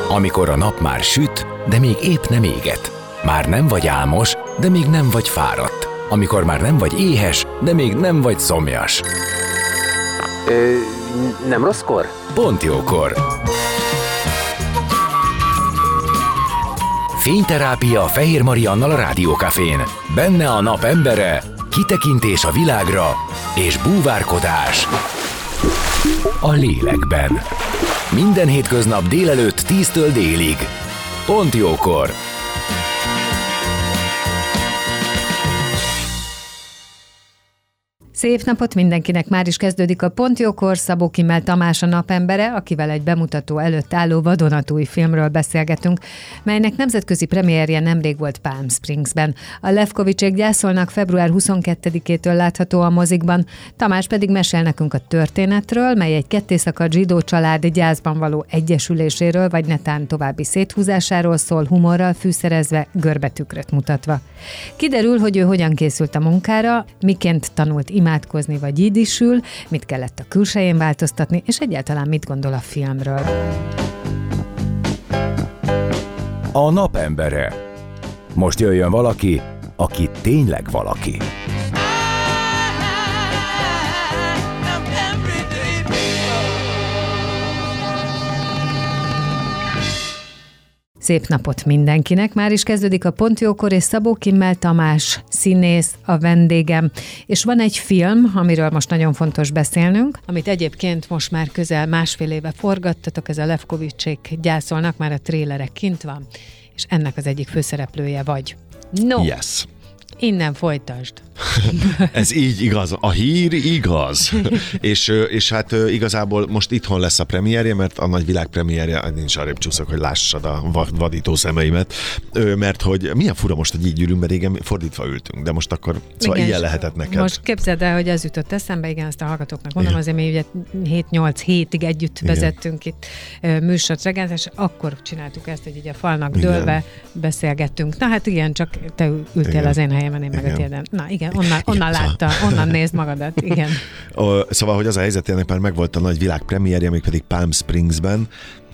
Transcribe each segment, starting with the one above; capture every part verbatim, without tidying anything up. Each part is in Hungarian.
Amikor a nap már süt, de még épp nem éget. Már nem vagy álmos, de még nem vagy fáradt. Amikor már nem vagy éhes, de még nem vagy szomjas. Ö, nem rosszkor? Pont jókor. Fényterápia Fehér Mariannal a Rádiókafén. Benne a nap embere, kitekintés a világra és búvárkodás a lélekben. Minden hétköznap délelőtt tíztől délig. Pont jókor. Szép napot mindenkinek, már is kezdődik a Pont jókor. Szabó Kimmel Tamás a napembere, akivel egy bemutató előtt álló vadonatúj filmről beszélgetünk, melynek nemzetközi premierje nemrég volt Palm Springsben. A Lefkovicsék gyászolnak február huszonkettedikétől látható a mozikban, Tamás pedig mesél nekünk a történetről, mely egy kettészakadt zsidó család gyászban való egyesüléséről, vagy netán további széthúzásáról szól, humorral fűszerezve, görbetükröt mutatva. Kiderül, hogy ő hogyan készült a munkára, miként tanult imádkozni vagy jiddisül, mit kellett a külsején változtatni, és egyáltalán mit gondol a filmről. A napembere. Most jöjjön valaki, aki tényleg valaki. Szép napot mindenkinek! Már is kezdődik a Pont jókor, és Szabó Kimmel Tamás színész a vendégem. És van egy film, amiről most nagyon fontos beszélnünk, amit egyébként most már közel másfél éve forgattatok, ez a Lefkovicsék gyászolnak, már a trélerek kint van, és ennek az egyik főszereplője vagy. No! Yes. Innen folytasd. Ez így igaz. A hír igaz. és, és hát igazából most itthon lesz a premierje, mert a nagy világ premierje, nincs arrébb csúszok, hogy lássad a vadító szemeimet, mert hogy milyen fura most, hogy így ülünk, mert régen fordítva ültünk, de most akkor szóval igen, ilyen lehetett neked. Most képzeld el, hogy ez jutott eszembe, igen, ezt a hallgatóknak mondom, igen. Azért mi ugye hét-nyolc hétig együtt igen. vezettünk itt műsort reggel, és akkor csináltuk ezt, hogy így a falnak igen. dőlve beszélgettünk. Na hát igen, csak te ültél igen. az én helyemen, én meg igen. a tiéden. Na igen, onnan, onnan igen. látta, onnan nézd magadat, igen. Szóval, hogy az a helyzet, ennek már megvolt a nagy világ premierje, még pedig Palm Springsben,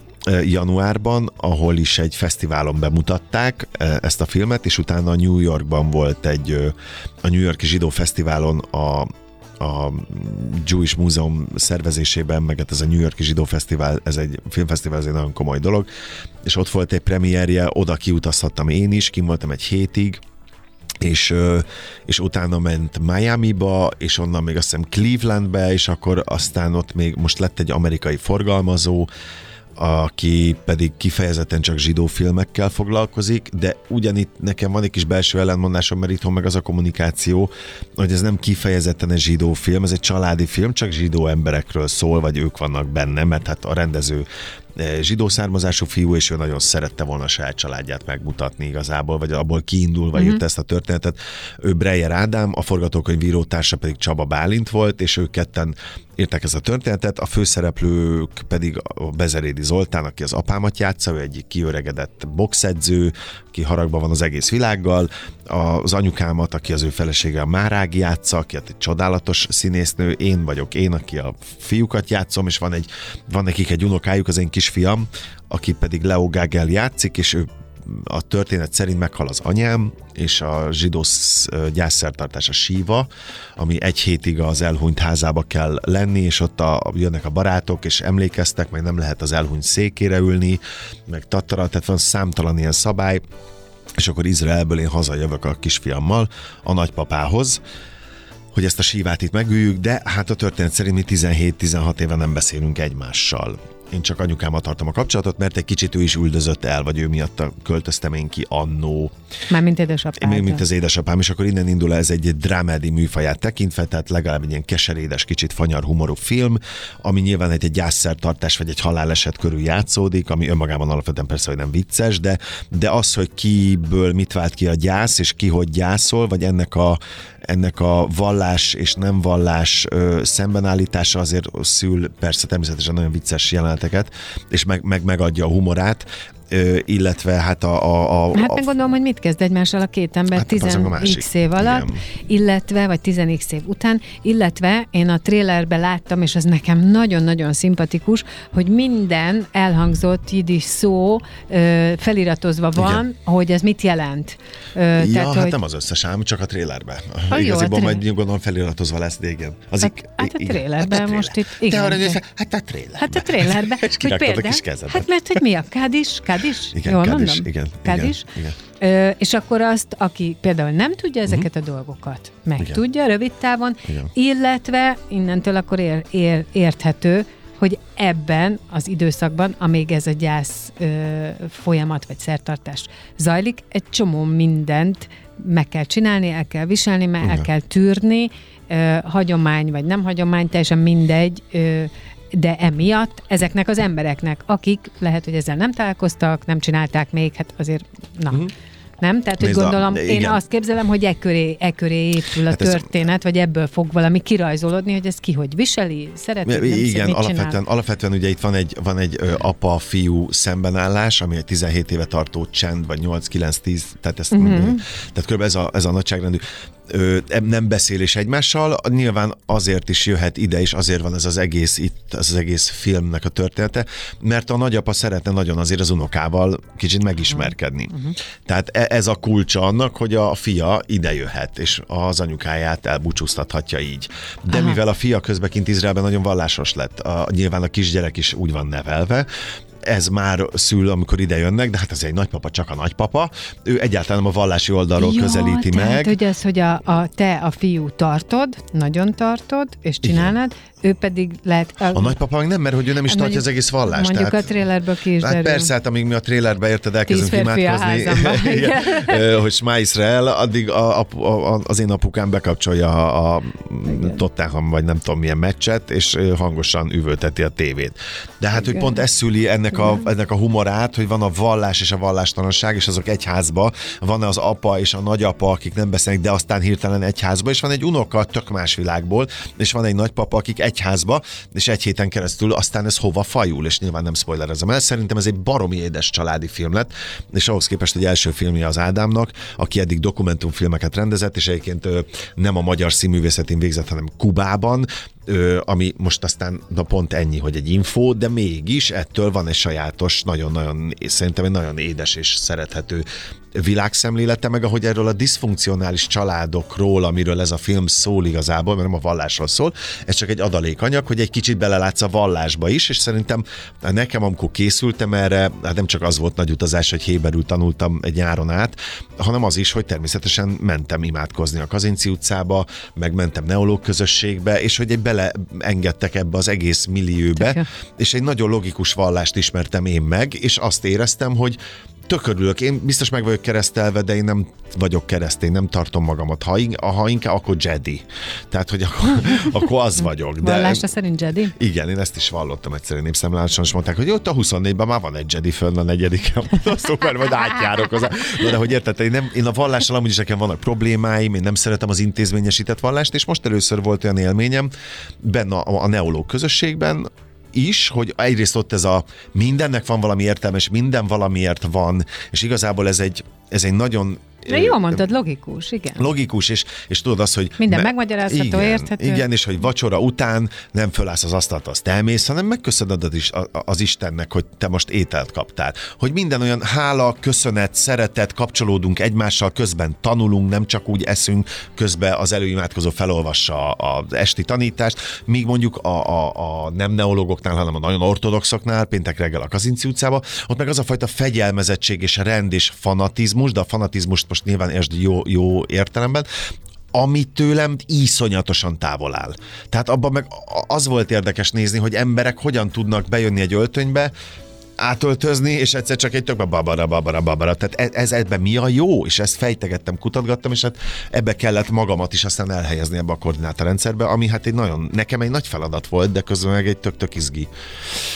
januárban, ahol is egy fesztiválon bemutatták ezt a filmet, és utána New Yorkban volt egy, a New Yorki Zsidó Fesztiválon a a Jewish Múzeum szervezésében, meg ez a New Yorki Zsidó Fesztivál, ez egy filmfesztivál, ez egy nagyon komoly dolog, és ott volt egy premierje, oda kiutazhattam én is, kim voltam egy hétig, és, és utána ment Miamiba, és onnan még azt hiszem Clevelandbe, és akkor aztán ott még most lett egy amerikai forgalmazó, aki pedig kifejezetten csak zsidó filmekkel foglalkozik, de ugyanitt nekem van egy kis belső ellentmondásom, mert itthon meg az a kommunikáció, hogy ez nem kifejezetten egy zsidó film, ez egy családi film, csak zsidó emberekről szól, vagy ők vannak benne, mert hát a rendező zsidó származású fiú, és ő nagyon szerette volna a saját családját megmutatni igazából, vagy abból kiindulva mm-hmm. írta ezt a történetet. Ő Breyer Ádám, a forgatókönyvíró társa pedig Csaba Bálint volt, és ők ketten írták ezt a történetet, a főszereplők pedig a Bezerédi Zoltán, aki az apámat játsza, ő egy kiöregedett boxedző, aki haragban van az egész világgal, az anyukámat, aki az ő felesége, a Márági játsza, aki egy csodálatos színésznő, én vagyok én, aki a fiúkat játszom, és van, egy, van nekik egy unokájuk, az én kisfiam, aki pedig Leo Gagel játszik, és ő a történet szerint meghal az anyám, és a zsidó gyászszertartás a síva, ami egy hétig az elhunyt házába kell lenni, és ott a, jönnek a barátok, és emlékeztek, meg nem lehet az elhunyt székére ülni, meg tattara, tehát van számtalan ilyen szabály, és akkor Izraelből én hazajövök a kisfiammal a nagypapához, hogy ezt a sívát itt megüljük, de hát a történet szerint mi tizenhét-tizenhat éve nem beszélünk egymással. Én csak anyukámmal tartom a kapcsolatot, mert egy kicsit ő is üldözött el, vagy ő miatt költöztem én ki annó. Mármint édesapám. Még mint az édesapám, és akkor innen indul ez egy drámedi műfaját tekintve, tehát legalább egy ilyen keserédes, kicsit fanyar humorú film, ami nyilván egy, egy gyászszertartás, vagy egy haláleset körül játszódik, ami önmagában alapvetően persze, hogy nem vicces, de, de az, hogy kiből mit vált ki a gyász, és ki hogy gyászol, vagy ennek a, ennek a vallás és nem vallás ö, szembenállítása azért szül persze természetesen nagyon vicces jeleneteket, és meg, meg megadja a humorát. illetve hát a... a, a hát meg gondolom, hogy mit kezd egymással a két ember hát tíz x év alatt, igen. illetve, vagy tíz x év után, illetve én a trélerben láttam, és ez nekem nagyon-nagyon szimpatikus, hogy minden elhangzott jiddis szó ö, feliratozva van, igen. hogy ez mit jelent. Ö, ja, tehát, hát hogy... nem az összes ám, csak a trélerben. Ah, Igaziból jó, majd gondolom feliratozva lesz, de igen. Az hát, ik, hát a igen. trélerben hát a most itt... Igen, te arra de... nézve, hát a trélerben. Hát a trélerben. És kiraktad a kis kezedet. Hát mert hogy mi a Kádis? Kádis? Igen, Jól Kádis, mondom? igen. Kádis? Igen, Ö, és akkor azt, aki például nem tudja ezeket uh-huh. a dolgokat, meg igen. tudja rövid távon, igen. illetve innentől akkor ér, ér, érthető, hogy ebben az időszakban, amíg ez a gyász ö, folyamat vagy szertartás zajlik, egy csomó mindent meg kell csinálni, el kell viselni, meg el kell tűrni, ö, hagyomány vagy nem hagyomány, teljesen mindegy, ö, de emiatt ezeknek az embereknek, akik lehet, hogy ezzel nem találkoztak, nem csinálták még, hát azért, na, uh-huh. nem? Tehát, hogy gondolom, a, én azt képzelem, hogy e köré, e köré épül a hát történet, ez... vagy ebből fog valami kirajzolódni, hogy ez ki hogy viseli, szereti, nem igen, mit alapvetően, csinál. alapvetően ugye itt van egy, van egy ö, apa-fiú szembenállás, ami egy tizenhét éve tartó csend, vagy nyolc kilenc tíz, tehát, ezt, uh-huh. tehát kb. ez a, ez a nagyságrendű. Ö, nem beszélés egymással, nyilván azért is jöhet ide, és azért van ez az egész itt, ez az egész filmnek a története, mert a nagyapa szeretne nagyon azért az unokával kicsit megismerkedni. Uh-huh. Tehát ez a kulcsa annak, hogy a fia ide jöhet, és az anyukáját elbúcsúztathatja így. De Aha. mivel a fia közben kint Izraelben nagyon vallásos lett, a, nyilván a kisgyerek is úgy van nevelve, ez már szül, amikor ide jönnek, de hát ez egy nagypapa, csak a nagypapa. Ő egyáltalán a vallási oldalról ja, közelíti tehát, meg. hogy ez, hogy a, a, te a fiú tartod, nagyon tartod, és csinálnád, igen. ő pedig lehet... A, a nagypapa meg nem, mert hogy ő nem is tartja az egész vallást. Mondjuk tehát, a trélerből ki is hát derül. persze, hát amíg mi a trélerbe érted, elkezdünk imádkozni, hogy Smá Iszrael, addig a, a, a, az én apukám bekapcsolja a, a Tottenham, vagy nem tudom milyen meccset, és hangosan üvölteti a tévét. De hát, igen. hogy pont ez szüli ennek a, ennek a humorát, hogy van a vallás és a vallástalanság, és azok egyházba, van az apa és a nagyapa, akik nem beszélnek, de aztán hirtelen egyházba, és van egy unoka tök más világból, és van egy nagypapa, akik egyházba, és egy héten keresztül aztán ez hova fajul, és nyilván nem spoilerezem el. Szerintem ez egy baromi édes családi film lett, és ahhoz képest egy első filmje az Ádámnak, aki eddig dokumentumfilmeket rendezett, és egyébként nem a magyar színművészetén végzett, hanem Kubában, ami most aztán na pont ennyi, hogy egy info, de mégis ettől van egy sajátos, nagyon-nagyon, szerintem egy nagyon édes és szerethető világszemlélete, meg ahogy erről a diszfunkcionális családokról, amiről ez a film szól igazából, mert nem a vallásról szól, ez csak egy adalékanyag, hogy egy kicsit belelátsz a vallásba is, és szerintem nekem, amikor készültem erre, hát nem csak az volt nagy utazás, hogy héberül tanultam egy nyáron át, hanem az is, hogy természetesen mentem imádkozni a Kazinci utcába, meg mentem neológ közösségbe, és hogy egy beleengedtek ebbe az egész millióbe, Tök. és egy nagyon logikus vallást ismertem én meg, és azt éreztem, hogy tök örülök. Én biztos meg vagyok keresztelve, de én nem vagyok keresztény, nem tartom magamat. Ha, in- ha inkább, akkor Jedi. Tehát, hogy akkor, akkor az vagyok. De vallásra szerint Jedi? Igen, én ezt is vallottam egyszerűen népszámláláson, és mondták, hogy ott a huszonnégyben már van egy Jedi fönn a negyediken. Szuper, majd átjárok hozzá. Na, de hogy érted, én, nem, én a vallással amúgy is nekem vannak problémáim, én nem szeretem az intézményesített vallást, és most először volt olyan élményem benne a, a neológ közösségben, is, hogy egyrészt ott ez a mindennek van valami értelme, és minden valamiért van, és igazából ez egy, ez egy nagyon De jól mondtad, logikus, igen. Logikus, és, és tudod azt, hogy... Minden me- megmagyarázható, igen, érthető. Igen, és hogy vacsora után nem fölállsz az asztalt, azt elmész, hanem megköszönöd az, is, az Istennek, hogy te most ételt kaptál. Hogy minden olyan hála, köszönet, szeretet, kapcsolódunk egymással, közben tanulunk, nem csak úgy eszünk, közben az előimádkozó felolvassa az esti tanítást, míg mondjuk a, a, a nem neológoknál, hanem a nagyon ortodoxoknál, péntek reggel a Kazinci utcába, ott meg az a fajta fegyelmezettség és rend és fanatizmus, de a fanatizmust most nyilván értsd jó, jó értelemben, ami tőlem iszonyatosan távol áll. Tehát abban meg az volt érdekes nézni, hogy emberek hogyan tudnak bejönni egy öltönybe, átöltözni, és egyszer csak egy tökbe babara, babara, babara. Tehát ez ebben mi a jó? És ezt fejtegettem, kutatgattam, és hát ebbe kellett magamat is aztán elhelyezni ebbe a koordinátorrendszerbe, ami hát egy nagyon, nekem egy nagy feladat volt, de közben meg egy tök-tök izgi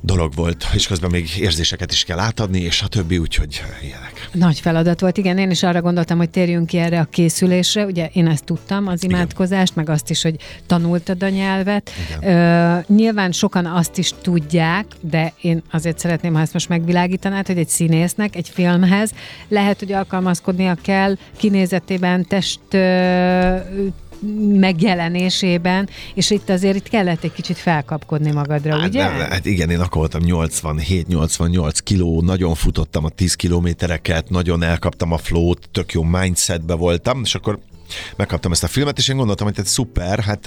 dolog volt, és közben még érzéseket is kell átadni, és a többi, úgyhogy ilyenek. Nagy feladat volt, igen, én is arra gondoltam, hogy térjünk ki erre a készülésre, ugye én ezt tudtam, az imádkozást, igen. meg azt is, hogy tanultad a nyelvet. Ö, nyilván sokan azt is tudják, de én azért szeretném, ha ezt most megvilágítanád, hogy egy színésznek, egy filmhez lehet, hogy alkalmazkodnia kell kinézetében, test ö, megjelenésében, és itt azért itt kellett egy kicsit felkapkodni magadra, hát, ugye? Nem, hát igen, én akkor voltam nyolcvanhét nyolcvannyolc kiló, nagyon futottam a tíz kilométereket, nagyon elkaptam a flót, tök jó mindsetbe voltam, és akkor megkaptam ezt a filmet, és én gondoltam, hogy ez szuper, hát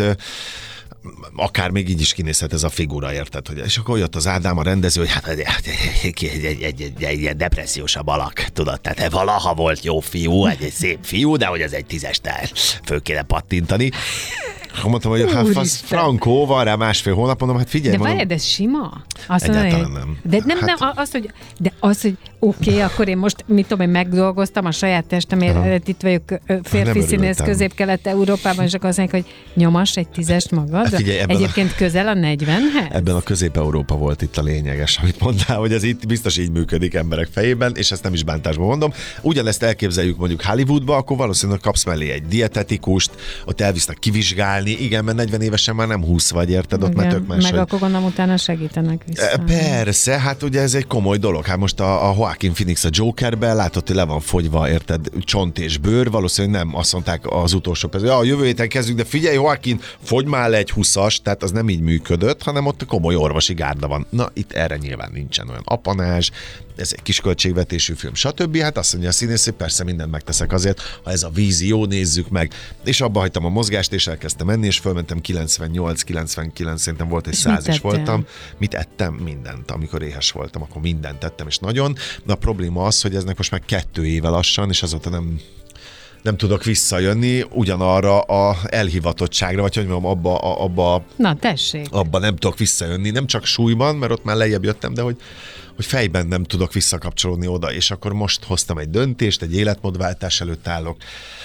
akár még így is kinézhet ez a figura, érted? Hogy, és akkor jött az Ádám, a rendező, hogy hát egy, egy, egy, egy, egy, egy ilyen depressziósabb alak, tudod? Tehát valaha volt jó fiú, egy, egy szép fiú, de hogy ez egy tízestel föl kéne pattintani. Akkor mondtam, hogy hát fasz, frankó, van rá másfél hónap, mondom, hát figyelj. De várjad, ez sima? Azt Egyáltalán mondom, nem. De nem, hát... nem, az, hogy, de az, hogy oké, okay, akkor én most, mit tudom, én megdolgoztam a saját testemért, itt vagyok férfi színész Közép-Kelet-Európában, és akkor azt mondják, hogy nyomas egy tízest magad. Hát figyelj, egyébként a... közel a negyvenhez. Ebben a Közép-Európa volt itt a lényeges, amit mondtál, hogy ez itt biztos így működik emberek fejében, és ezt nem is bántásban mondom. Ugyanezt elképzeljük mondjuk Hollywoodba, akkor valószínűleg kapsz mellé egy dietetikust, ott elvisznek kivizsgálni. Igen, mert negyven évesen már nem húsz vagy, érted? Ott már tök más. Meg akkor gondolom utána segítenek vissza. Persze, hát ugye ez egy komoly dolog. Hát most a, a Joaquin Phoenix a Jokerben látod, hogy le van fogyva, érted, csont és bőr, valószínűleg nem azt mondták az utolsó percben, ja, a jövő héten kezdünk, de figyelj, Joaquin, fogy már le egy húszas, tehát az nem így működött, hanem ott komoly orvosi gárda van. Na, itt erre nyilván nincsen olyan apanázs, ez egy kis költségvetésű film, stb. Hát azt mondja a színész, hogy persze mindent megteszek azért, ha ez a vízió, nézzük meg. És abba hagytam a mozgást, és elkezdtem menni, és fölmentem kilencvennyolc kilencvenkilenc, szerintem volt egy száz is voltam. Mit ettem? Mindent. Amikor éhes voltam, akkor mindent tettem, és nagyon. De a probléma az, hogy eznek most már kettő éve lassan, és azóta nem nem tudok visszajönni ugyanarra a elhivatottságra, vagy hogy mondjam, abba, a, abba, Na, tessék. abba nem tudok visszajönni. Nem csak súlyban, mert ott már lejjebb jöttem, de hogy hogy fejben nem tudok visszakapcsolódni oda, és akkor most hoztam egy döntést, egy életmódváltás előtt állok,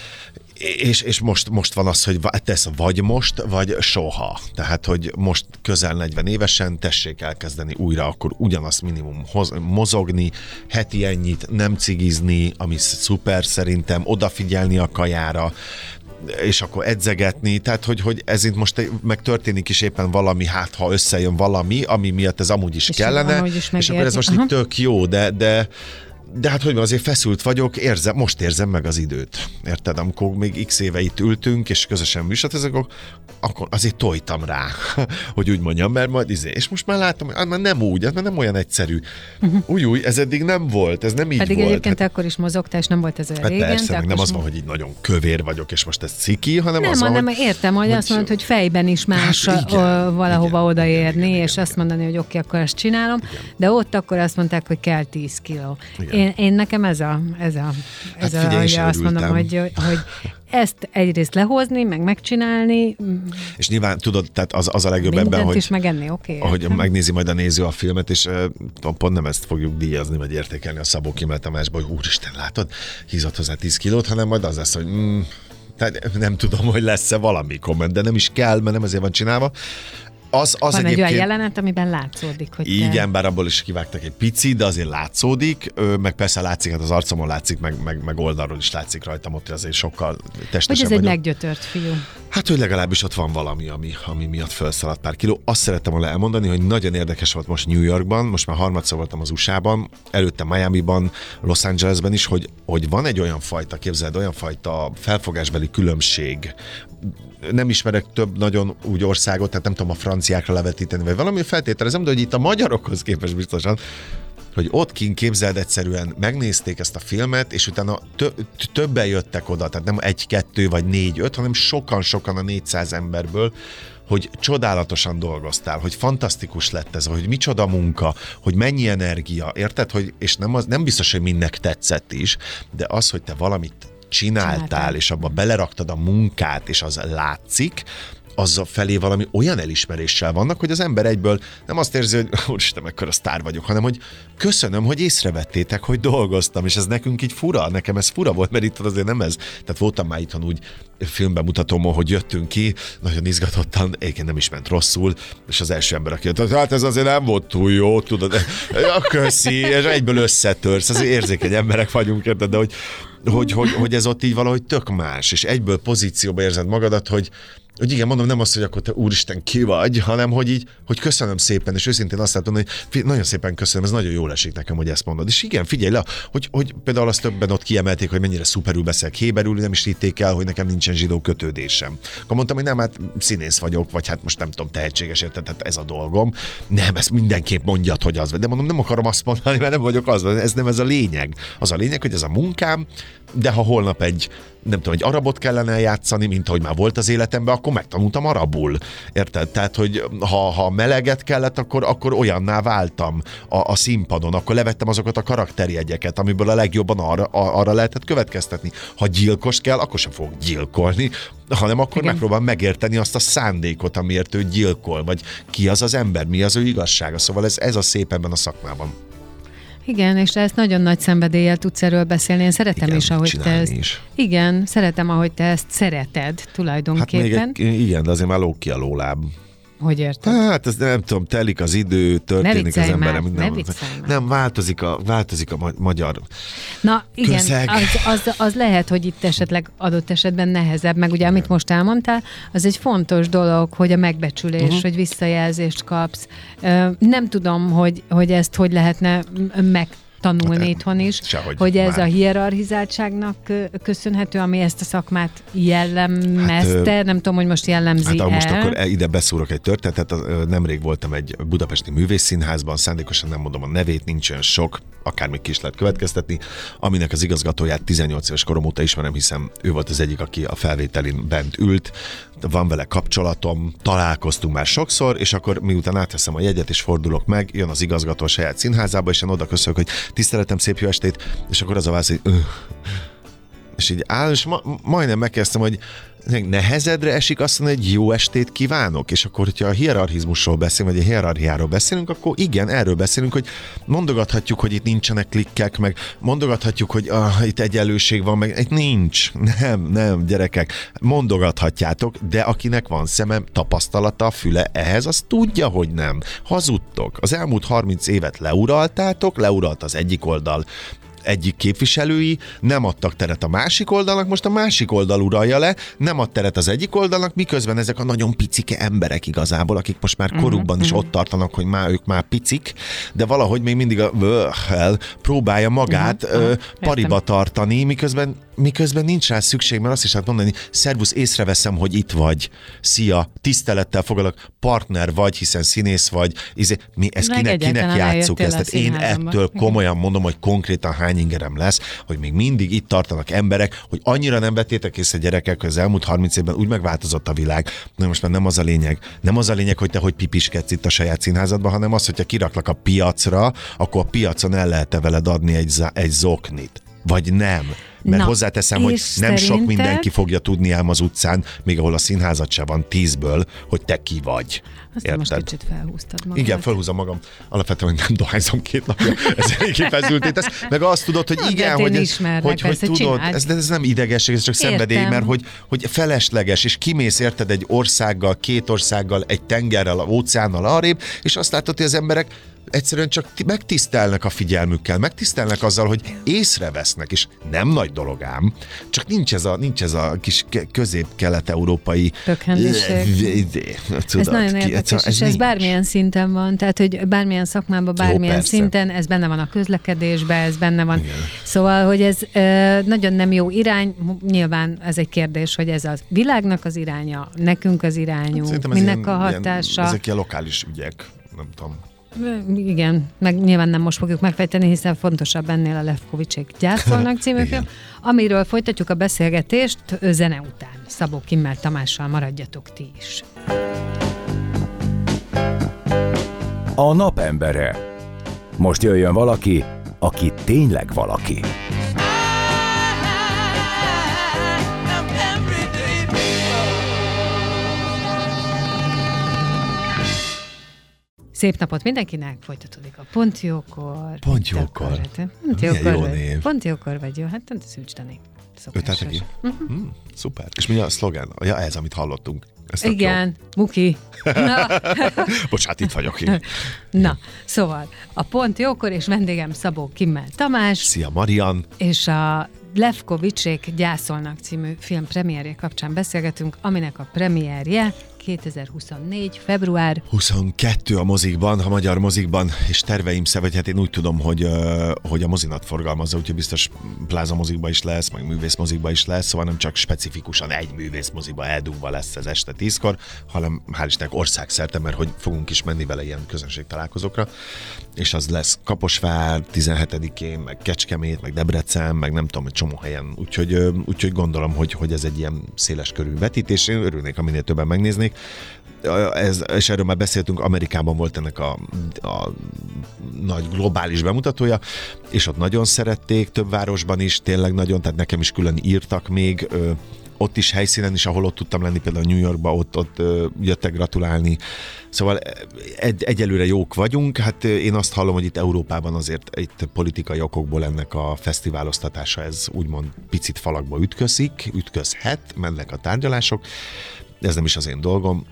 és, és most, most van az, hogy tesz vagy most, vagy soha. Tehát, hogy most közel negyven évesen tessék elkezdeni újra, akkor ugyanazt minimum hoz, mozogni, heti ennyit, nem cigizni, ami szuper szerintem, odafigyelni a kajára, és akkor edzegetni, tehát hogy, hogy ez itt most meg történik is éppen valami, hát ha összejön valami, ami miatt ez amúgy is és kellene, amúgy is és akkor ez most Aha. itt tök jó, de, de De hát, hogy azért feszült vagyok, érzem, most érzem meg az időt. Érted? Amikor még x éve itt ültünk, és közösen műsorozunk, akkor, akkor azért tojtam rá, hogy úgy mondjam, mert majd izé. És most már látom, hogy már nem úgy, ez már nem olyan egyszerű. Uh-huh. Új, új, ez eddig nem volt, ez nem így Pedig volt. Pedig egyébként hát, akkor is mozogtál, és nem volt ez olyan hát régen. Persze, meg nem az mo- van, hogy így nagyon kövér vagyok, és most ez ciki, hanem nem, az van, Nem, hogy... értem, hogy, hogy azt mondod, hogy fejben is más hát igen, valahova igen, odaérni, igen, és igen, azt mondani, hogy oké, akkor ezt csinálom, igen. De ott akkor azt mondták, hogy kell tíz kiló. Én, én nekem ez a, ez a, ez hát figyelj, a, azt mondom, hogy, hogy ezt egyrészt lehozni, meg megcsinálni. És nyilván tudod, tehát az, az a legjobb Mindent ebben, hogy, is megenni, okay, ahogy megnézi majd a néző a filmet, és uh, pont nem ezt fogjuk díjazni, vagy értékelni a Szabó Kimmel Tamásba, hogy úristen, látod, hízott hozzá tíz kilót, hanem majd az lesz, hogy mm, tehát nem tudom, hogy lesz-e valami komment, de nem is kell, mert nem ezért van csinálva. Az, az van egyébként... egy olyan jelenet, amiben látszódik, hogy Igen, te... bár abból is kivágtak egy picit, de azért látszódik, meg persze látszik, hát az arcomon látszik, meg, meg, meg oldalról is látszik rajtam, ott azért sokkal testesebb Hogy ez vagyok. egy meggyötört fiú. Hát, hogy legalábbis ott van valami, ami, ami miatt felszaladt pár kiló. Azt szerettem volna elmondani, hogy nagyon érdekes volt most New Yorkban, most már harmadszor voltam az u es á-ban, előtte Miamiban, Los Angelesben is, hogy, hogy van egy olyan fajta, képzeld, olyan fajta felfogásbeli különbség. Nem ismerek több nagyon úgy országot, tehát nem tudom a franciákra levetíteni, vagy valami feltételezem, de hogy itt a magyarokhoz képest biztosan, hogy ott kint képzeld egyszerűen megnézték ezt a filmet, és utána tö- többen jöttek oda, tehát nem egy, kettő vagy négy, öt, hanem sokan-sokan a négyszáz emberből, hogy csodálatosan dolgoztál, hogy fantasztikus lett ez, hogy micsoda munka, hogy mennyi energia, érted? Hogy, és nem, az, nem biztos, hogy mindnek tetszett is, de az, hogy te valamit csináltál, Csináltál. és abba beleraktad a munkát, és az látszik, azzal felé valami olyan elismeréssel vannak, hogy az ember egyből nem azt érzi, hogy úristen, mekkora sztár vagyok, hanem hogy köszönöm, hogy észrevettétek, hogy dolgoztam, és ez nekünk így fura, nekem ez fura volt, mert itt azért nem ez. Tehát voltam már itthon úgy filmbemutatómon, hogy jöttünk ki, nagyon izgatottan, egyébként nem is ment rosszul, és az első ember, aki jött, hát ez azért nem volt túl jó, tudod, ja, köszi, és egyből összetörsz, azért érzékeny emberek vagyunk, érted, de hogy, hogy, hogy, hogy ez ott így valahogy tök más, és egyből pozícióba érzed magadat, hogy hogy igen, mondom, nem azt, hogy akkor te úristen ki vagy, hanem hogy így, hogy köszönöm szépen, és őszintén azt látom, hogy fi, nagyon szépen köszönöm, ez nagyon jól esik nekem, hogy ezt mondod. És igen, figyelj le, hogy, hogy például azt többen ott kiemelték, hogy mennyire szuperül beszélek héberül, nem is hitték el, hogy nekem nincsen zsidó kötődésem. Akkor mondtam, hogy nem, hát színész vagyok, vagy hát most nem tudom, tehetséges, érted, tehát ez a dolgom. Nem, ezt mindenképp mondjad, hogy az vagy. De mondom, nem akarom azt mondani, mert nem vagyok az, ez nem ez a lényeg. Az a lényeg, hogy ez a munkám, de ha holnap egy, nem tudom, egy arabot kellene játszani, mint ahogy már volt az életemben, akkor megtanultam arabul. Érted? Tehát, hogy ha, ha meleget kellett, akkor, akkor olyanná váltam a, a színpadon, akkor levettem azokat a karakterjegyeket, amiből a legjobban arra, arra lehetett következtetni. Ha gyilkos kell, akkor sem fogok gyilkolni, hanem akkor igen, megpróbálom megérteni azt a szándékot, amiért ő gyilkol, vagy ki az az ember, mi az ő igazsága. Szóval ez, ez a szép ebben a szakmában. Igen, és ezt nagyon nagy szenvedéllyel tudsz erről beszélni. Én szeretem igen, is, ahogy te ezt... Is. Igen, szeretem, ahogy te ezt szereted tulajdonképpen. Hát még egy, igen, de azért már lóg ki a lóláb. Hogy érted? Hát ez nem tudom, telik az idő, történik az emberem. Nem, nem, nem változik a, változik a ma- magyar Na igen, közeg. az, az, az lehet, hogy itt esetleg adott esetben nehezebb, meg ugye amit most elmondtál, az egy fontos dolog, hogy a megbecsülés, uh-huh. hogy visszajelzést kapsz. Nem tudom, hogy, hogy ezt hogy lehetne meg tanulni itthon is, Sehogy hogy ez már. a hierarchizáltságnak köszönhető, ami ezt a szakmát jellemezte, hát, nem tudom, hogy most jellemzi hát, el. Most akkor ide beszúrok egy történetet, nemrég voltam egy budapesti művészszínházban, szándékosan nem mondom a nevét, nincs olyan sok, akár még ki is lehet következtetni, aminek az igazgatóját tizennyolc éves korom óta ismerem, hiszen ő volt az egyik, aki a felvételin bent ült, van vele kapcsolatom, találkoztunk már sokszor, és akkor miután átveszem a jegyet és fordulok meg, jön az igazgató a saját színházába, és én oda köszönök, hogy tiszteletem, szép jó estét, és akkor az a válasz, hogy öh. És így áll, és ma, majdnem megkezdtem, hogy nehezedre esik azt mondani, hogy jó estét kívánok, és akkor, hogyha a hierarchizmusról beszélünk, vagy a hierarchiáról beszélünk, akkor igen, erről beszélünk, hogy mondogathatjuk, hogy itt nincsenek klikkek, meg mondogathatjuk, hogy ah, itt egyenlőség van, meg itt nincs. Nem, nem, gyerekek, mondogathatjátok, de akinek van szeme, tapasztalata, füle ehhez, az tudja, hogy nem. Hazudtok. Az elmúlt harminc évet leuraltátok, leuralt az egyik oldal egyik képviselői, nem adtak teret a másik oldalnak, most a másik oldal uralja le, nem ad teret az egyik oldalnak, miközben ezek a nagyon picike emberek igazából, akik most már korukban uh-huh, is uh-huh. ott tartanak, hogy már ők már picik, de valahogy még mindig a uh, próbálja magát uh-huh, uh, pariba tartani, miközben, miközben nincs rá szükség, mert azt is lehet mondani, szervusz, észreveszem, hogy itt vagy, szia, tisztelettel fogadok, partner vagy, hiszen színész vagy, izé, mi, ezt kinek, kinek játsszuk ezt? Tehát én ettől komolyan mondom, hogy konkrétan hány ingerem lesz, hogy még mindig itt tartanak emberek, hogy annyira nem vettétek észre, gyerekek, hogy az elmúlt harminc évben úgy megváltozott a világ, de most már nem az a lényeg. Nem az a lényeg, hogy te hogy pipiskedsz itt a saját színházadban, hanem az, hogyha kiraklak a piacra, akkor a piacon el lehet-e veled adni egy, egy zoknit. Vagy nem. Mert na, hozzáteszem, hogy nem szerinted... sok mindenki fogja tudni ám az utcán, még ahol a színházat se van tízből, hogy te ki vagy. Aztán most kicsit felhúztad magam. Igen, felhúzom magam. Alapvetően nem dohányzom két napja. Ez eléggé feszülté tesz. Meg azt tudod, hogy na, igen, hogy, ez, hogy, hogy tudod, ez, ez nem idegesség, ez csak értem. Szenvedély, mert hogy, hogy felesleges, és kimész érted egy országgal, két országgal, egy tengerrel, óceánnal arrébb, és azt látod, hogy az emberek egyszerűen csak megtisztelnek a figyelmükkel, megtisztelnek azzal, hogy észrevesznek, és nem nagy dolog ám, csak nincs ez a, nincs ez a kis közép-kelet-európai pökhendiség. Ez nagyon érdekes, ez és ez bármilyen szinten van, tehát, hogy bármilyen szakmában, bármilyen jó, szinten, ez benne van a közlekedésben, ez benne van. Igen. Szóval, hogy ez e, nagyon nem jó irány, nyilván ez egy kérdés, hogy ez a világnak az iránya, nekünk az irányunk, hát minek a hatása. Ilyen, ezek ilyen lokális ügyek, nem tudom. Igen, meg nyilván nem most fogjuk megfejteni, hiszen fontosabb ennél a Lefkovicsék gyászolnak című film, amiről folytatjuk a beszélgetést zene után. Szabó Kimmel Tamással maradjatok ti is. A napembere. Most jöjjön valaki, aki tényleg valaki. Szép napot mindenkinek, folytatódik a Pont Jókor. Pont Jókor. Pont Jókor jó vagy. név. Pont Jókor vagy, jó? Hát nem Szűcs Dani. Ötletek ki? Uh-huh. Hmm, szuper. És mi a szlogen? Ja, ez, amit hallottunk. Ezt igen, Muki. Na. Bocsánat, itt vagyok én. Na, szóval a Pont Jókor és vendégem Szabó Kimmel Tamás. Szia, Marian. És a Lefkovicsék gyászolnak című film premierje kapcsán beszélgetünk, aminek a premierje kétezer-huszonnégy. február huszonkettő a mozikban, a magyar mozikban, és terveim szerint, hát én úgy tudom, hogy, hogy a mozinat forgalmazza, úgyhogy biztos pláza mozikba is lesz, meg művész mozikba is lesz, szóval nem csak specifikusan egy művész mozikba eldugva lesz ez este tízkor, hanem hál' Istennek országszerte, mert hogy fogunk is menni vele ilyen közönségtalálkozókra, és az lesz Kaposvár tizenhetedikén, meg Kecskemét, meg Debrecen, meg nem tudom, egy csomó helyen, úgyhogy, úgyhogy gondolom, hogy, hogy ez egy ilyen széles körű vetítés, én örülnék, ha minél többen megnéznék. Ez, és erről már beszéltünk, Amerikában volt ennek a, a nagy globális bemutatója, és ott nagyon szerették, több városban is, tényleg nagyon, tehát nekem is külön írtak még, ö, ott is helyszínen is, ahol ott tudtam lenni, például New Yorkba, ott, ott ö, jöttek gratulálni. Szóval egy, egyelőre jók vagyunk, hát én azt hallom, hogy itt Európában azért itt politikai okokból ennek a fesztiváloztatása, ez úgymond picit falakba ütközik, ütközhet, mennek a tárgyalások, ez nem is az én dolgom,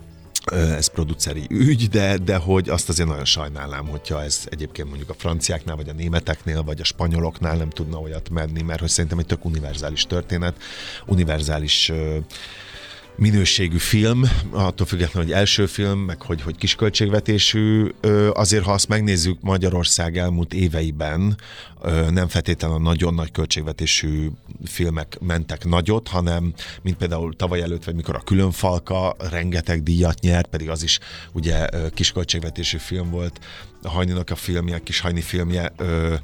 ez produceri ügy, de, de hogy azt azért nagyon sajnálnám, hogyha ez egyébként mondjuk a franciáknál, vagy a németeknél, vagy a spanyoloknál nem tudna olyat menni, mert hogy szerintem egy tök univerzális történet, univerzális minőségű film, attól függetlenül, hogy első film, meg hogy, hogy kisköltségvetésű, azért ha azt megnézzük Magyarország elmúlt éveiben, nem feltétlenül a nagyon nagy költségvetésű filmek mentek nagyot, hanem mint például tavaly előtt, vagy mikor a Különfalka rengeteg díjat nyert, pedig az is ugye kisköltségvetésű film volt, a Hajninak a filmje, Kis Hajni filmje,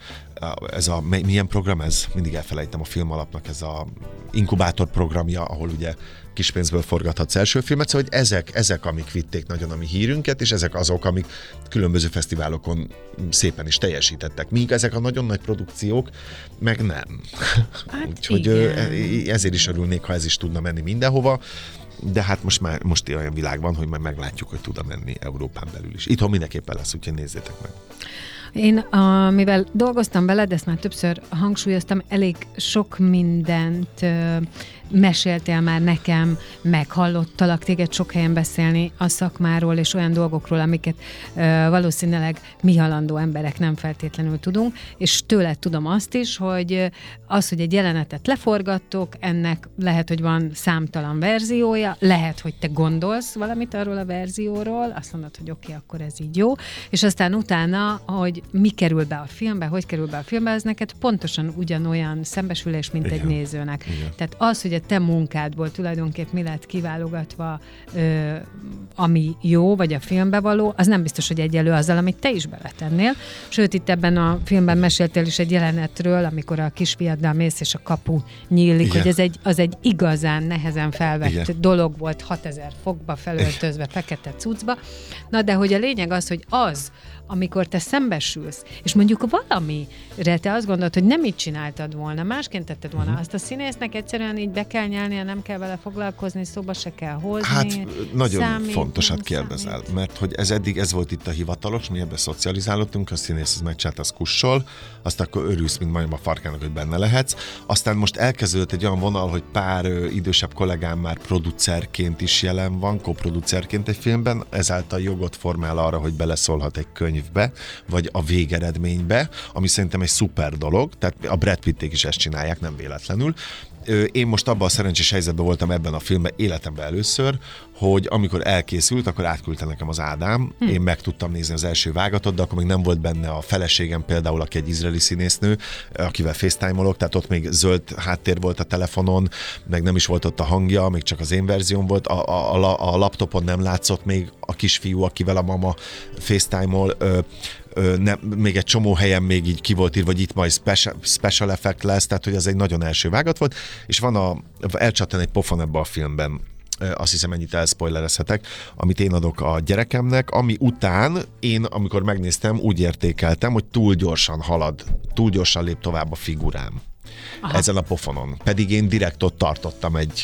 ez a, milyen program ez? Mindig elfelejtem a film alapnak, ez a inkubátor programja, ahol ugye kis pénzből forgathatsz első filmet, szóval hogy ezek, ezek, amik vitték nagyon a mi hírünket, és ezek azok, amik különböző fesztiválokon szépen is teljesítettek. Míg ezek a nagyon nagy produkciók, meg nem. Hát úgyhogy igen. Ezért is örülnék, ha ez is tudna menni mindenhova, de hát most már most olyan világ van, hogy már meglátjuk, hogy tud menni Európán belül is. Itthon mindenképpen lesz, úgyhogy nézzétek meg. Én, a, mivel dolgoztam veled, ezt már többször hangsúlyoztam, elég sok mindent ö, meséltél már nekem, meghallottalak téged sok helyen beszélni a szakmáról, és olyan dolgokról, amiket ö, valószínűleg mi halandó emberek nem feltétlenül tudunk, és tőled tudom azt is, hogy az, hogy egy jelenetet leforgattok, ennek lehet, hogy van számtalan verziója, lehet, hogy te gondolsz valamit arról a verzióról, azt mondod, hogy oké, okay, akkor ez így jó, és aztán utána, hogy mi kerül be a filmbe, hogy kerül be a filmbe, az neked pontosan ugyanolyan szembesülés, mint igen, egy nézőnek. Igen. Tehát az, hogy a te munkádból tulajdonképp mi lett kiválogatva, ö, ami jó, vagy a filmbe való, az nem biztos, hogy egyelő azzal, amit te is beletennél. Sőt, itt ebben a filmben meséltél is egy jelenetről, amikor a kisfiaddal mész, és a kapu nyílik, igen, hogy ez egy, az egy igazán nehezen felvett igen, dolog volt, hatezer fokba felöltözve, igen, fekete cuccba. Na, de hogy a lényeg az, hogy az, amikor te szembesülsz, és mondjuk valamire te azt gondolod, hogy nem így csináltad volna, másként tetted volna, azt a színésznek egyszerűen így be kell nyelnie, nem kell vele foglalkozni, szóba se kell hozni. Hát nagyon számít, fontosat kérdezel, számít. Mert hogy ez eddig ez volt itt a hivatalos, mi ebbe szocializálódtunk, a színész az megcsinálta, az kussol, azt akkor örülsz, mint majom a farkának, hogy benne lehetsz. Aztán most elkezdődött egy olyan vonal, hogy pár ö, idősebb kollégám már producerként is jelen van, koproducerként egy filmben, ezáltal jogot formál arra, hogy beleszólhat egy könyvbe, vagy a végeredménybe, ami szerintem egy szuper dolog, tehát a Brad Pitték is ezt csinálják, nem véletlenül. Én most abban a szerencsés helyzetben voltam ebben a filmben életemben először, hogy amikor elkészült, akkor átküldte nekem az Ádám, hm. én meg tudtam nézni az első vágatot, de akkor még nem volt benne a feleségem például, aki egy izraeli színésznő, akivel FaceTime-olok, tehát ott még zöld háttér volt a telefonon, meg nem is volt ott a hangja, még csak az én verzióm volt, a, a, a, a laptopon nem látszott még a kisfiú, akivel a mama FaceTime-ol, ö, Nem, még egy csomó helyen még így ki volt írva, hogy itt majd special, special effect lesz, tehát hogy az egy nagyon első vágat volt, és van a, elcsattan egy pofon ebbe a filmben, azt hiszem ennyit elspoilerezhetek, amit én adok a gyerekemnek, ami után én, amikor megnéztem, úgy értékeltem, hogy túl gyorsan halad, túl gyorsan lép tovább a figurám. Aha. Ezen a pofonon. Pedig én direkt ott tartottam egy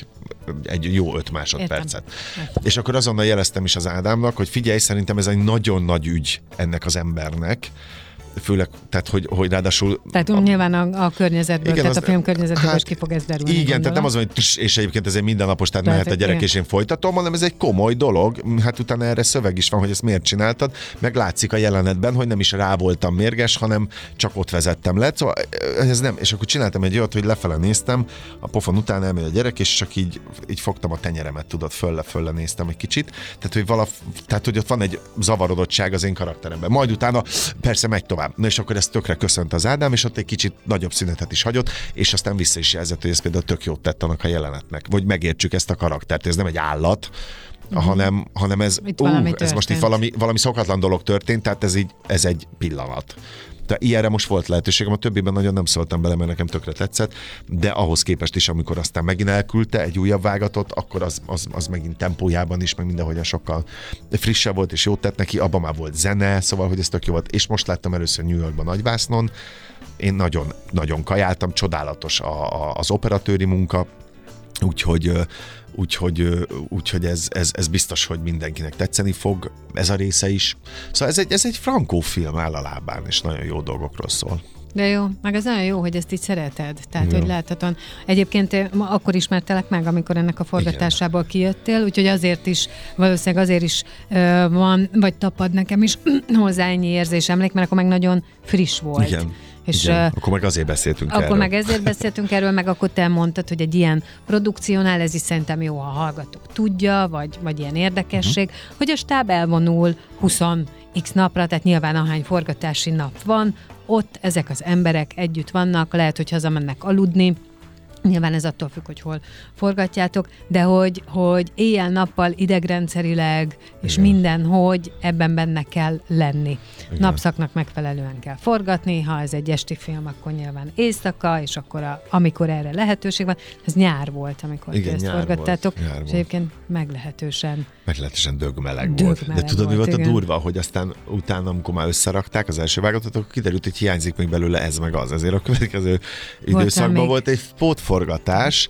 egy jó öt másodpercet. Értem. És akkor azonnal jeleztem is az Ádámnak, hogy figyelj, szerintem ez egy nagyon nagy ügy ennek az embernek, főleg, tehát hogy, hogy ráadásul... Tehát a, nyilván a, a környezetből, igen, tehát az, a film környezetből hát, is ki fog ez derülni. Igen, gondolom. tehát nem az, hogy tss, és egyébként ez egy mindennapos, tehát, tehát mehet a gyerek, igen. és én folytatom, hanem ez egy komoly dolog. Hát utána erre szöveg is van, hogy ezt miért csináltad. Meg látszik a jelenetben, hogy nem is rá voltam mérges, hanem csak ott vezettem le. Szóval ez nem, és akkor csináltam egy olyat, hogy lefele néztem, a pofon után elmegy a gyerek, és csak így, így fogtam a tenyeremet, tudod, fölle-fölle néztem egy kicsit. Tehát, hogy vala, tehát, hogy ott van egy zavarodottság az én karakteremben. Majd utána persze megy tovább. Na és akkor ezt tökre köszönt az Ádám, és ott egy kicsit nagyobb szünetet is hagyott, és aztán vissza is jelzett, hogy ez például tök jót tett annak a jelenetnek, vagy megértsük ezt a karaktert, ez nem egy állat, uh-huh. hanem, hanem ez, ú, ez most itt valami, valami szokatlan dolog történt, tehát ez így, ez egy pillanat. De ilyenre most volt lehetőségem, a többiben nagyon nem szóltam bele, mert nekem tökre tetszett, de ahhoz képest is, amikor aztán megint elküldte egy újabb vágatot, akkor az, az, az megint tempójában is, meg mindenhogyan sokkal frissebb volt, és jót tett neki, abban már volt zene, szóval, hogy ez tök jó volt. És most láttam először New Yorkban Nagyvásznon, én nagyon, nagyon kajáltam, csodálatos a, a, az operatőri munka, úgyhogy Úgyhogy, úgyhogy ez, ez, ez biztos, hogy mindenkinek tetszeni fog, ez a része is. Szóval ez egy, ez egy frankó film áll a lábán, és nagyon jó dolgokról szól. De jó, meg az nagyon jó, hogy ezt így szereted. Tehát, jó. hogy láthatóan. Egyébként akkor ismertelek meg, amikor ennek a forgatásából igen. kijöttél, úgyhogy azért is, valószínűleg azért is uh, van, vagy tapad nekem is hozzá ennyi érzés, emlék, mert akkor meg nagyon friss volt. Igen. És igen, uh, akkor meg azért beszéltünk akkor erről. Akkor meg ezért beszéltünk erről, meg akkor te mondtad, hogy egy ilyen produkciónál ez is szerintem jó, ha a hallgató tudja, vagy, vagy ilyen érdekesség, uh-huh. hogy a stáb elvonul húsz x napra, tehát nyilván ahány forgatási nap van, ott ezek az emberek együtt vannak, lehet, hogy hazamennek aludni, nyilván ez attól függ, hogy hol forgatjátok, de hogy, hogy éjjel-nappal idegrendszerileg, és igen. mindenhogy ebben benne kell lenni. Igen. Napszaknak megfelelően kell forgatni, ha ez egy esti film, akkor nyilván éjszaka, és akkor a, amikor erre lehetőség van, ez nyár volt, amikor igen, ezt forgattátok, volt, és egyébként meglehetősen meglehetősen dögmeleg volt. Dögmeleg de tudod, mi volt igen. a durva, hogy aztán utána, amikor már összerakták az első vágatot, akkor kiderült, hogy hiányzik még belőle ez meg az. Ezért a következő időszakban volt egy pótforgatás,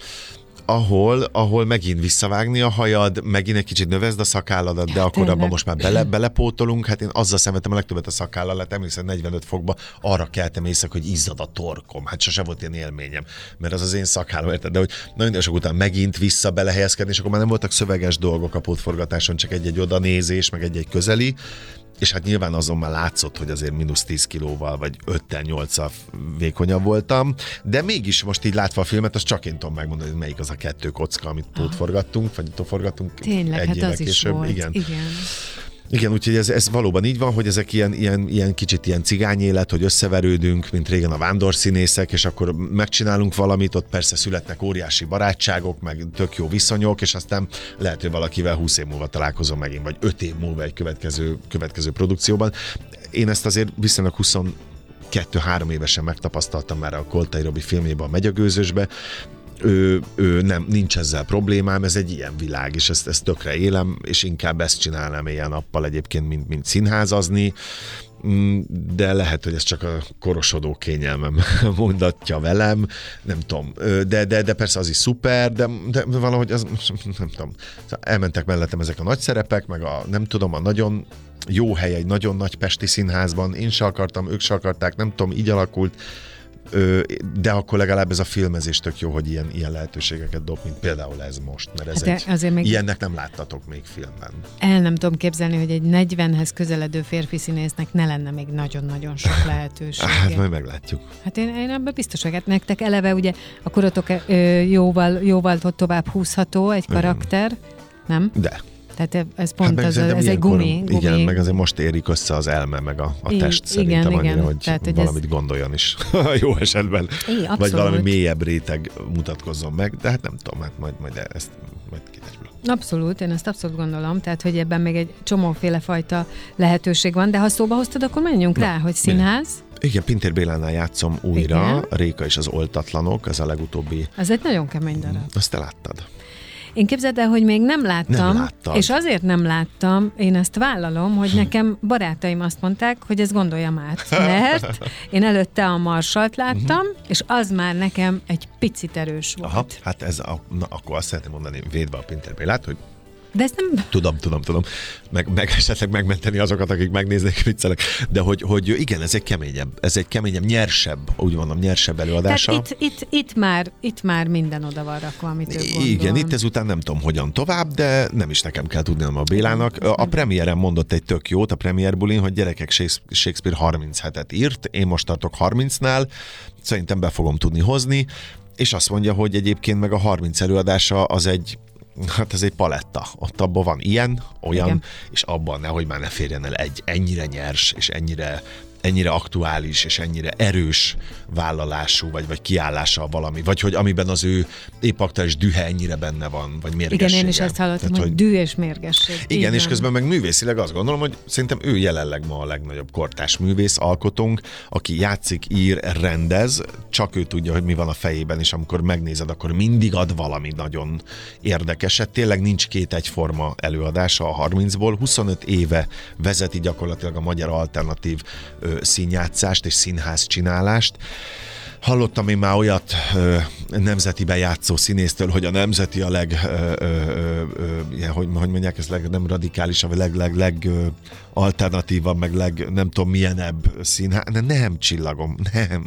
ahol, ahol megint visszavágni a hajad, megint egy kicsit növeszd a szakálladat, de ja, akkor abban most már bele, belepótolunk. Hát én azzal szenvedtem a legtöbbet a szakállalat, emlékszem negyvenöt fokba, arra keltem észre, hogy izzad a torkom. Hát sose volt ilyen élményem, mert az az én szakállam, érted? De hogy na minden sok után megint vissza belehelyezkedni, és akkor már nem voltak szöveges dolgok a pótforgatáson, csak egy-egy odanézés, meg egy-egy közeli. És hát nyilván azon már látszott, hogy azért mínusz tíz kilóval, vagy öttel nyolccal vékonyabb voltam, de mégis most így látva a filmet, azt csak én tudom megmondani, hogy melyik az a kettő kocka, amit pótforgattunk, vagy forgattunk tényleg, egy hát évvel az később. Is volt. Igen. Igen. Igen, úgyhogy ez, ez valóban így van, hogy ezek ilyen, ilyen, ilyen kicsit ilyen cigányélet, hogy összeverődünk, mint régen a vándorszínészek, és akkor megcsinálunk valamit, ott persze születnek óriási barátságok, meg tök jó viszonyok, és aztán lehet, hogy valakivel húsz év múlva találkozom megint, vagy öt év múlva egy következő, következő produkcióban. Én ezt azért viszonylag huszonkettő-három évesen megtapasztaltam már a Koltai Robi filmjében, a Megyagőzösbe. Ő, ő nem, nincs ezzel problémám, ez egy ilyen világ, és ezt, ezt tökre élem, és inkább ezt csinálnám éjjel-nappal egyébként, mint, mint színházazni, de lehet, hogy ez csak a korosodó kényelmem mondatja velem, nem tudom, de, de, de persze az is szuper, de, de valahogy az, nem tudom, elmentek mellettem ezek a nagy szerepek, meg a, nem tudom, a nagyon jó hely egy nagyon nagy pesti színházban, én se akartam, ők se akarták, nem tudom, így alakult, de akkor legalább ez a filmezés tök jó, hogy ilyen, ilyen lehetőségeket dob, mint például ez most, mert ez hát egy, még ilyennek nem láttatok még filmben. El nem tudom képzelni, hogy egy negyvenhez közeledő férfi színésznek ne lenne még nagyon-nagyon sok lehetőség. Hát majd meglátjuk. Hát én, én ebben biztos vagyok. Nektek eleve ugye a korotok jóval, jóval tovább húzható egy karakter, mm. nem? De. Tehát ez pont hát az, ez egy gumi, gumi. Igen, meg azért most érik össze az elme, meg a, a test szerintem igen, annyira, igen. hogy Tehát, hogy valamit ez... gondoljon is jó esetben. É, vagy valami mélyebb réteg mutatkozzon meg, de hát nem tudom, hát majd, majd ezt majd kiderül. Abszolút, én ezt abszolút gondolom, tehát hogy ebben még egy csomóféle fajta lehetőség van, de ha szóba hoztad, akkor menjünk Na, rá, hogy színház. Mi? Igen, Pintér Bélánál játszom újra, igen. Réka és az oltatlanok, ez a legutóbbi. Ez egy nagyon kemény darab. Azt te láttad? Én képzeld el, hogy még nem láttam, nem és azért nem láttam, én ezt vállalom, hogy nekem barátaim azt mondták, hogy ezt gondoljam át, mert én előtte a Marsalt láttam, uh-huh. és az már nekem egy picit erős volt. Aha, hát ez a, na, akkor azt szeretném mondani, védve a Pinter Bélát, hogy de ez nem... Tudom, tudom, tudom. Meg, meg esetleg megmenteni azokat, akik megnéznek, viccelek. De hogy, hogy igen, ez egy keményebb, ez egy keményebb, nyersebb, úgy mondom, nyersebb előadása. Tehát itt, itt, itt, már, itt már minden oda van rakva, amit ő gondol. Igen, itt ezután nem tudom, hogyan tovább, de nem is nekem kell tudnom a Bélának. A premiéren mondott egy tök jót, a Premier Bulin, hogy gyerekek, Shakespeare harminc hetet írt, én most tartok harmincnál, szerintem be fogom tudni hozni, és azt mondja, hogy egyébként meg a harminc előadása az egy hát ez egy paletta. Ott abban van ilyen, olyan, igen. és abban nehogy már ne férjen el egy ennyire nyers, és ennyire, ennyire aktuális, és ennyire erős vállalású, vagy, vagy kiállása valami, vagy hogy amiben az ő épp aktuális dühe ennyire benne van, vagy mérgessége. Igen, én is ezt hallottam, Tehát, hogy, hogy dű és mérgesség. Igen, igen, és közben meg művészileg azt gondolom, hogy szerintem ő jelenleg ma a legnagyobb kortárs művész, alkotónk, aki játszik, ír, rendez, csak ő tudja, hogy mi van a fejében, és amikor megnézed, akkor mindig ad valami nagyon érdekeset. Tényleg nincs két egyforma előadása a harmincból, huszonöt éve vezeti gyakorlatilag a magyar alternatív ö, színjátszást és színház csinálást. Hallottam én már olyat ö, nemzetiben játszó színésztől, hogy a nemzeti a leg, ö, ö, ö, hogy, hogy mondják, ez leg, nem radikálisabb, vagy leg, leg, leg ö, alternatívabb, meg leg, nem tudom milyenebb színház. Nem, nem csillagom, nem.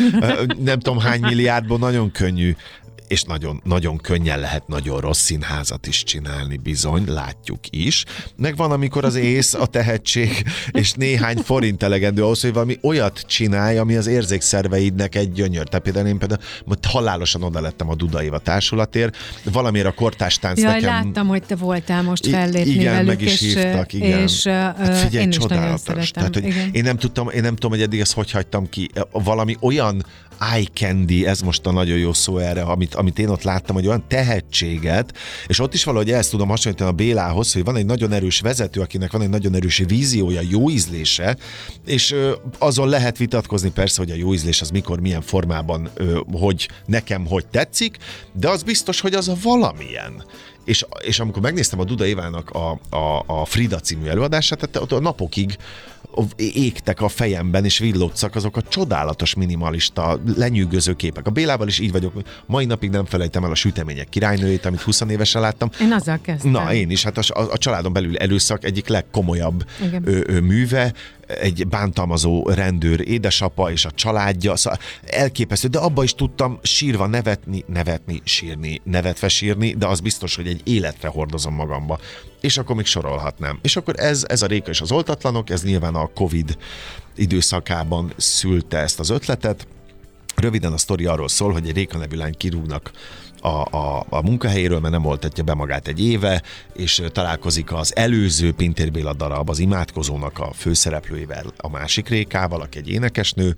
Nem tudom hány milliárdból nagyon könnyű, és nagyon, nagyon könnyen lehet nagyon rossz színházat is csinálni, bizony, látjuk is. Meg van, amikor az ész, a tehetség, és néhány forint elegendő ahhoz, hogy valami olyat csinálj, ami az érzékszerveidnek egy gyönyör. Tehát például én például halálosan oda lettem a Duda Éva társulatért, valamiért a kortárs tánc Jaj, nekem... láttam, hogy te voltál most fellépni igen, velük, meg is és, hívtak, igen. és hát figyelj, én is nagyon szeretem. Tehát, hogy én, nem tudtam, én nem tudom, hogy eddig ezt hogy hagytam ki. Valami olyan eye candy, ez most a nagyon jó szó erre, amit, amit én ott láttam, hogy olyan tehetséget, és ott is valahogy ezt tudom hasonlítani a Bélához, hogy van egy nagyon erős vezető, akinek van egy nagyon erős víziója, jó ízlése, és ö, azon lehet vitatkozni persze, hogy a jó ízlés az mikor, milyen formában, ö, hogy nekem hogy tetszik, de az biztos, hogy az a valamilyen. És, és amikor megnéztem a Duda Évának a, a, a Frida című előadását, tehát ott a napokig égtek a fejemben, és villódszak azok a csodálatos minimalista, lenyűgöző képek. A Bélával is így vagyok. Mai napig nem felejtem el a Sütemények királynőjét, amit húsz évesen láttam. Én azzal kezdtem. Na, én is. Hát a, a, a családon belül előszak egyik legkomolyabb ö, ö, műve, egy bántalmazó rendőr édesapa és a családja, szóval elképesztő, de abba is tudtam sírva nevetni, nevetni, sírni, nevetve sírni, de az biztos, hogy egy életre hordozom magamba. És akkor még sorolhatnám. És akkor ez, ez a Réka és az oltatlanok, ez nyilván a Covid időszakában szülte ezt az ötletet. Röviden a sztori arról szól, hogy egy Réka nevű lány kirúgnak a, a, a munkahelyéről, mert nem oltatja be magát egy éve, és találkozik az előző Pintér Béla darab, az Imádkozónak a főszereplőivel, a másik Rékával, aki egy énekesnő,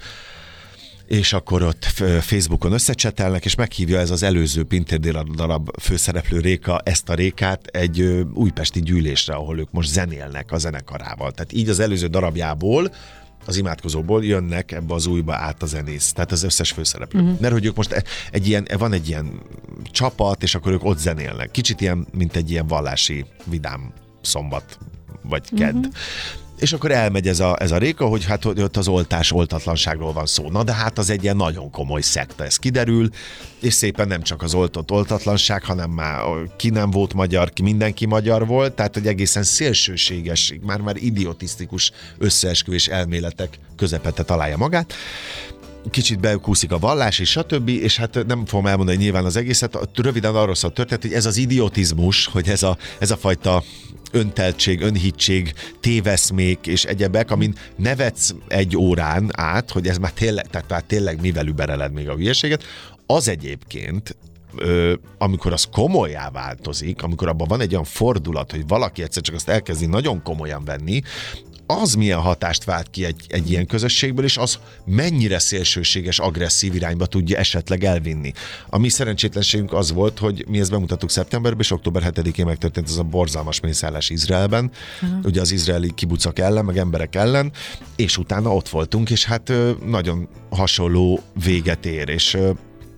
és akkor ott Facebookon összecsetelnek, és meghívja ez az előző Pintér Béla darab főszereplő Réka ezt a Rékát egy újpesti gyűlésre, ahol ők most zenélnek a zenekarával. Tehát így az előző darabjából, az Imádkozóból jönnek ebbe az újba át a zenész, tehát az összes főszereplő. Uh-huh. Mert hogy ők most egy ilyen, van egy ilyen csapat, és akkor ők ott zenélnek. Kicsit ilyen, mint egy ilyen vallási vidám szombat, vagy kedd. Uh-huh. És akkor elmegy ez a, ez a Réka, hogy hát ott az oltás, oltatlanságról van szó. Na de hát az egy ilyen nagyon komoly szekta, ez kiderül, és szépen nem csak az oltott oltatlanság, hanem már ki nem volt magyar, ki mindenki magyar volt, tehát hogy egészen szélsőséges, már-már idiotisztikus összeesküvés elméletek közepette találja magát. Kicsit bekúszik a vallás, és stb. És hát nem fogom elmondani nyilván az egészet, röviden arról szól a történet, hogy ez az idiotizmus, hogy ez a, ez a fajta önteltség, önhittség, téveszmék és egyebek, amin nevetsz egy órán át, hogy ez már tényleg, tehát már tényleg mivel übereled még a hülyeséget, az egyébként, ö, amikor az komolyá változik, amikor abban van egy olyan fordulat, hogy valaki egyszer csak azt elkezdi nagyon komolyan venni, az milyen hatást vált ki egy, egy ilyen közösségből, és az mennyire szélsőséges, agresszív irányba tudja esetleg elvinni. A mi szerencsétlenségünk az volt, hogy mi ezt bemutattuk szeptemberben, és október hetedikén megtörtént ez a borzalmas mészárlás Izraelben, uh-huh. ugye az izraeli kibucak ellen, meg emberek ellen, és utána ott voltunk, és hát nagyon hasonló véget ér, és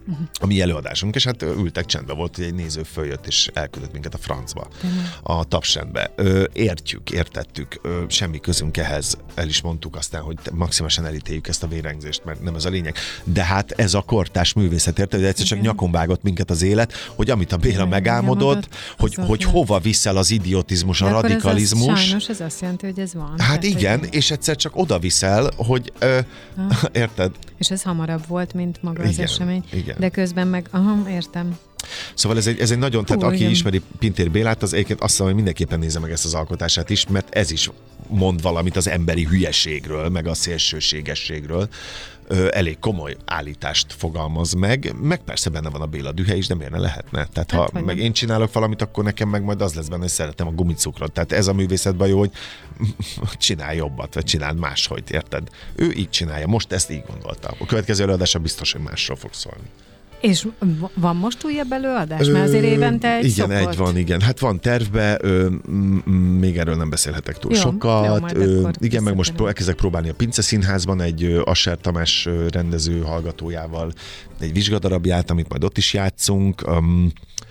a mi előadásunk, és hát ültek, csendben volt, hogy egy néző följött, és elküldött minket a francba, a tapsrendbe. Értjük, értettük, semmi közünk ehhez, el is mondtuk aztán, hogy maximálisan elítéljük ezt a vérengzést, mert nem ez a lényeg. De hát ez a kortárs művészet, érted, hogy egyszer csak nyakon vágott minket az élet, hogy amit a Béla megálmodott, hogy, hogy hova viszel az idiotizmus, a radikalizmus. Ez az, sajnos ez azt jelenti, hogy ez van. Hát tehát, igen, hogy... és egyszer csak oda viszel, hogy ö, érted? És ez hamarabb volt, mint maga igen, az esemény. Igen. De közben meg, aha, értem. Szóval ez egy, ez egy nagyon, tehát Hú, aki igen. ismeri ismeri Pintér Bélát, az egyébként azt mondja, hogy mindenképpen nézze meg ezt az alkotását is, mert ez is mond valamit az emberi hülyeségről, meg a szélsőségességről. Ö, elég komoly állítást fogalmaz meg, meg persze benne van a Béla dühe is, de miért ne lehetne? Tehát ha hát, meg én csinálok valamit, akkor nekem meg majd az lesz benne, hogy szeretem a gumicukrot. Tehát ez a művészetben jó, hogy csinálj jobbat, vagy csináld máshogy, érted? Ő így csinálja, most ezt így gondolta. A következő előadása biztos, hogy másról fog szólni. És van most újabb előadás? Mert azért évente egy Igen, szokott. egy van, igen. Hát van tervbe, ö, m- m- még erről nem beszélhetek túl jó, sokat. Jó, ö, igen, meg most pró- elkezdek próbálni a Pince Színházban egy ö, Asser Tamás ö, rendező hallgatójával egy vizsgadarabját, amit majd ott is játszunk. Um,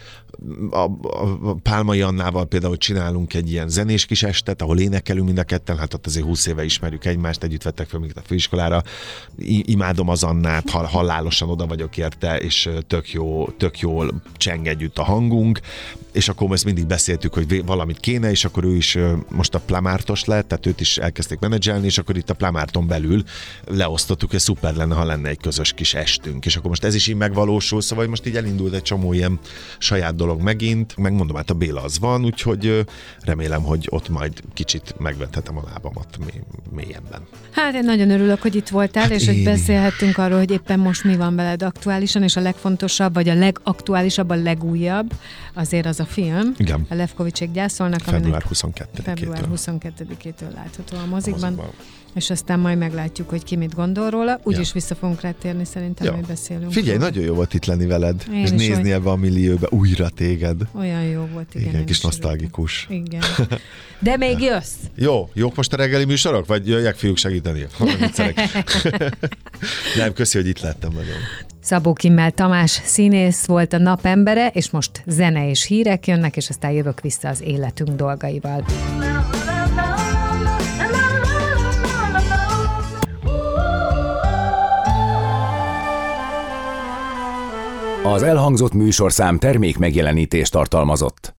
A, a, a Pálmai Annával például csinálunk egy ilyen zenés kis estet, ahol énekelünk mind a ketten, hát ott azért húsz éve ismerjük egymást, együtt vettek fel minket a főiskolára. I- imádom az Annát, hal- halálosan oda vagyok érte, és tök, jó, tök jól cseng együtt a hangunk, és akkor ezt mindig beszéltük, hogy valamit kéne, és akkor ő is most a Plamártos lett, tehát őt is elkezdték menedzselni, és akkor itt a Plamárton belül leosztottuk, hogy szuper lenne, ha lenne egy közös kis estünk, és akkor most ez is így megvalósul, szóval most így elindult egy csomó ilyen saját dolog megint, megmondom, hát a Béla az van, úgyhogy remélem, hogy ott majd kicsit megvethetem a lábamat mély, mélyenben. Hát én nagyon örülök, hogy itt voltál, Hát és én hogy is. beszélhettünk arról, hogy éppen most mi van veled aktuálisan, és a legfontosabb, vagy a legaktuálisabb, a legújabb, azért az a film. Igen. A Lefkovicsék gyászolnak, február huszonkettedikén. február huszonkettedikétől látható a mozikban. mozikban. És aztán majd meglátjuk, hogy ki mit gondol róla. Úgyis Ja. vissza fogunk rátérni, szerintem, Ja. hogy beszélünk. Figyelj, róla. nagyon jó volt itt lenni veled, Én és is nézni vagy. ebbe a millióbe újra téged. Olyan jó volt, igen. Igen, én kis is örültem. nosztalgikus. Igen. De még jössz. Jó, jók most a reggeli műsorok? Vagy jöjjek fiúk segíteni? Nem, köszi, hogy itt lettem nagyon. Szabó Kimmel Tamás színész volt a napembere, és most zene és hírek jönnek, és aztán jövök vissza az életünk dolgaival. Az elhangzott műsorszám termék megjelenítést tartalmazott.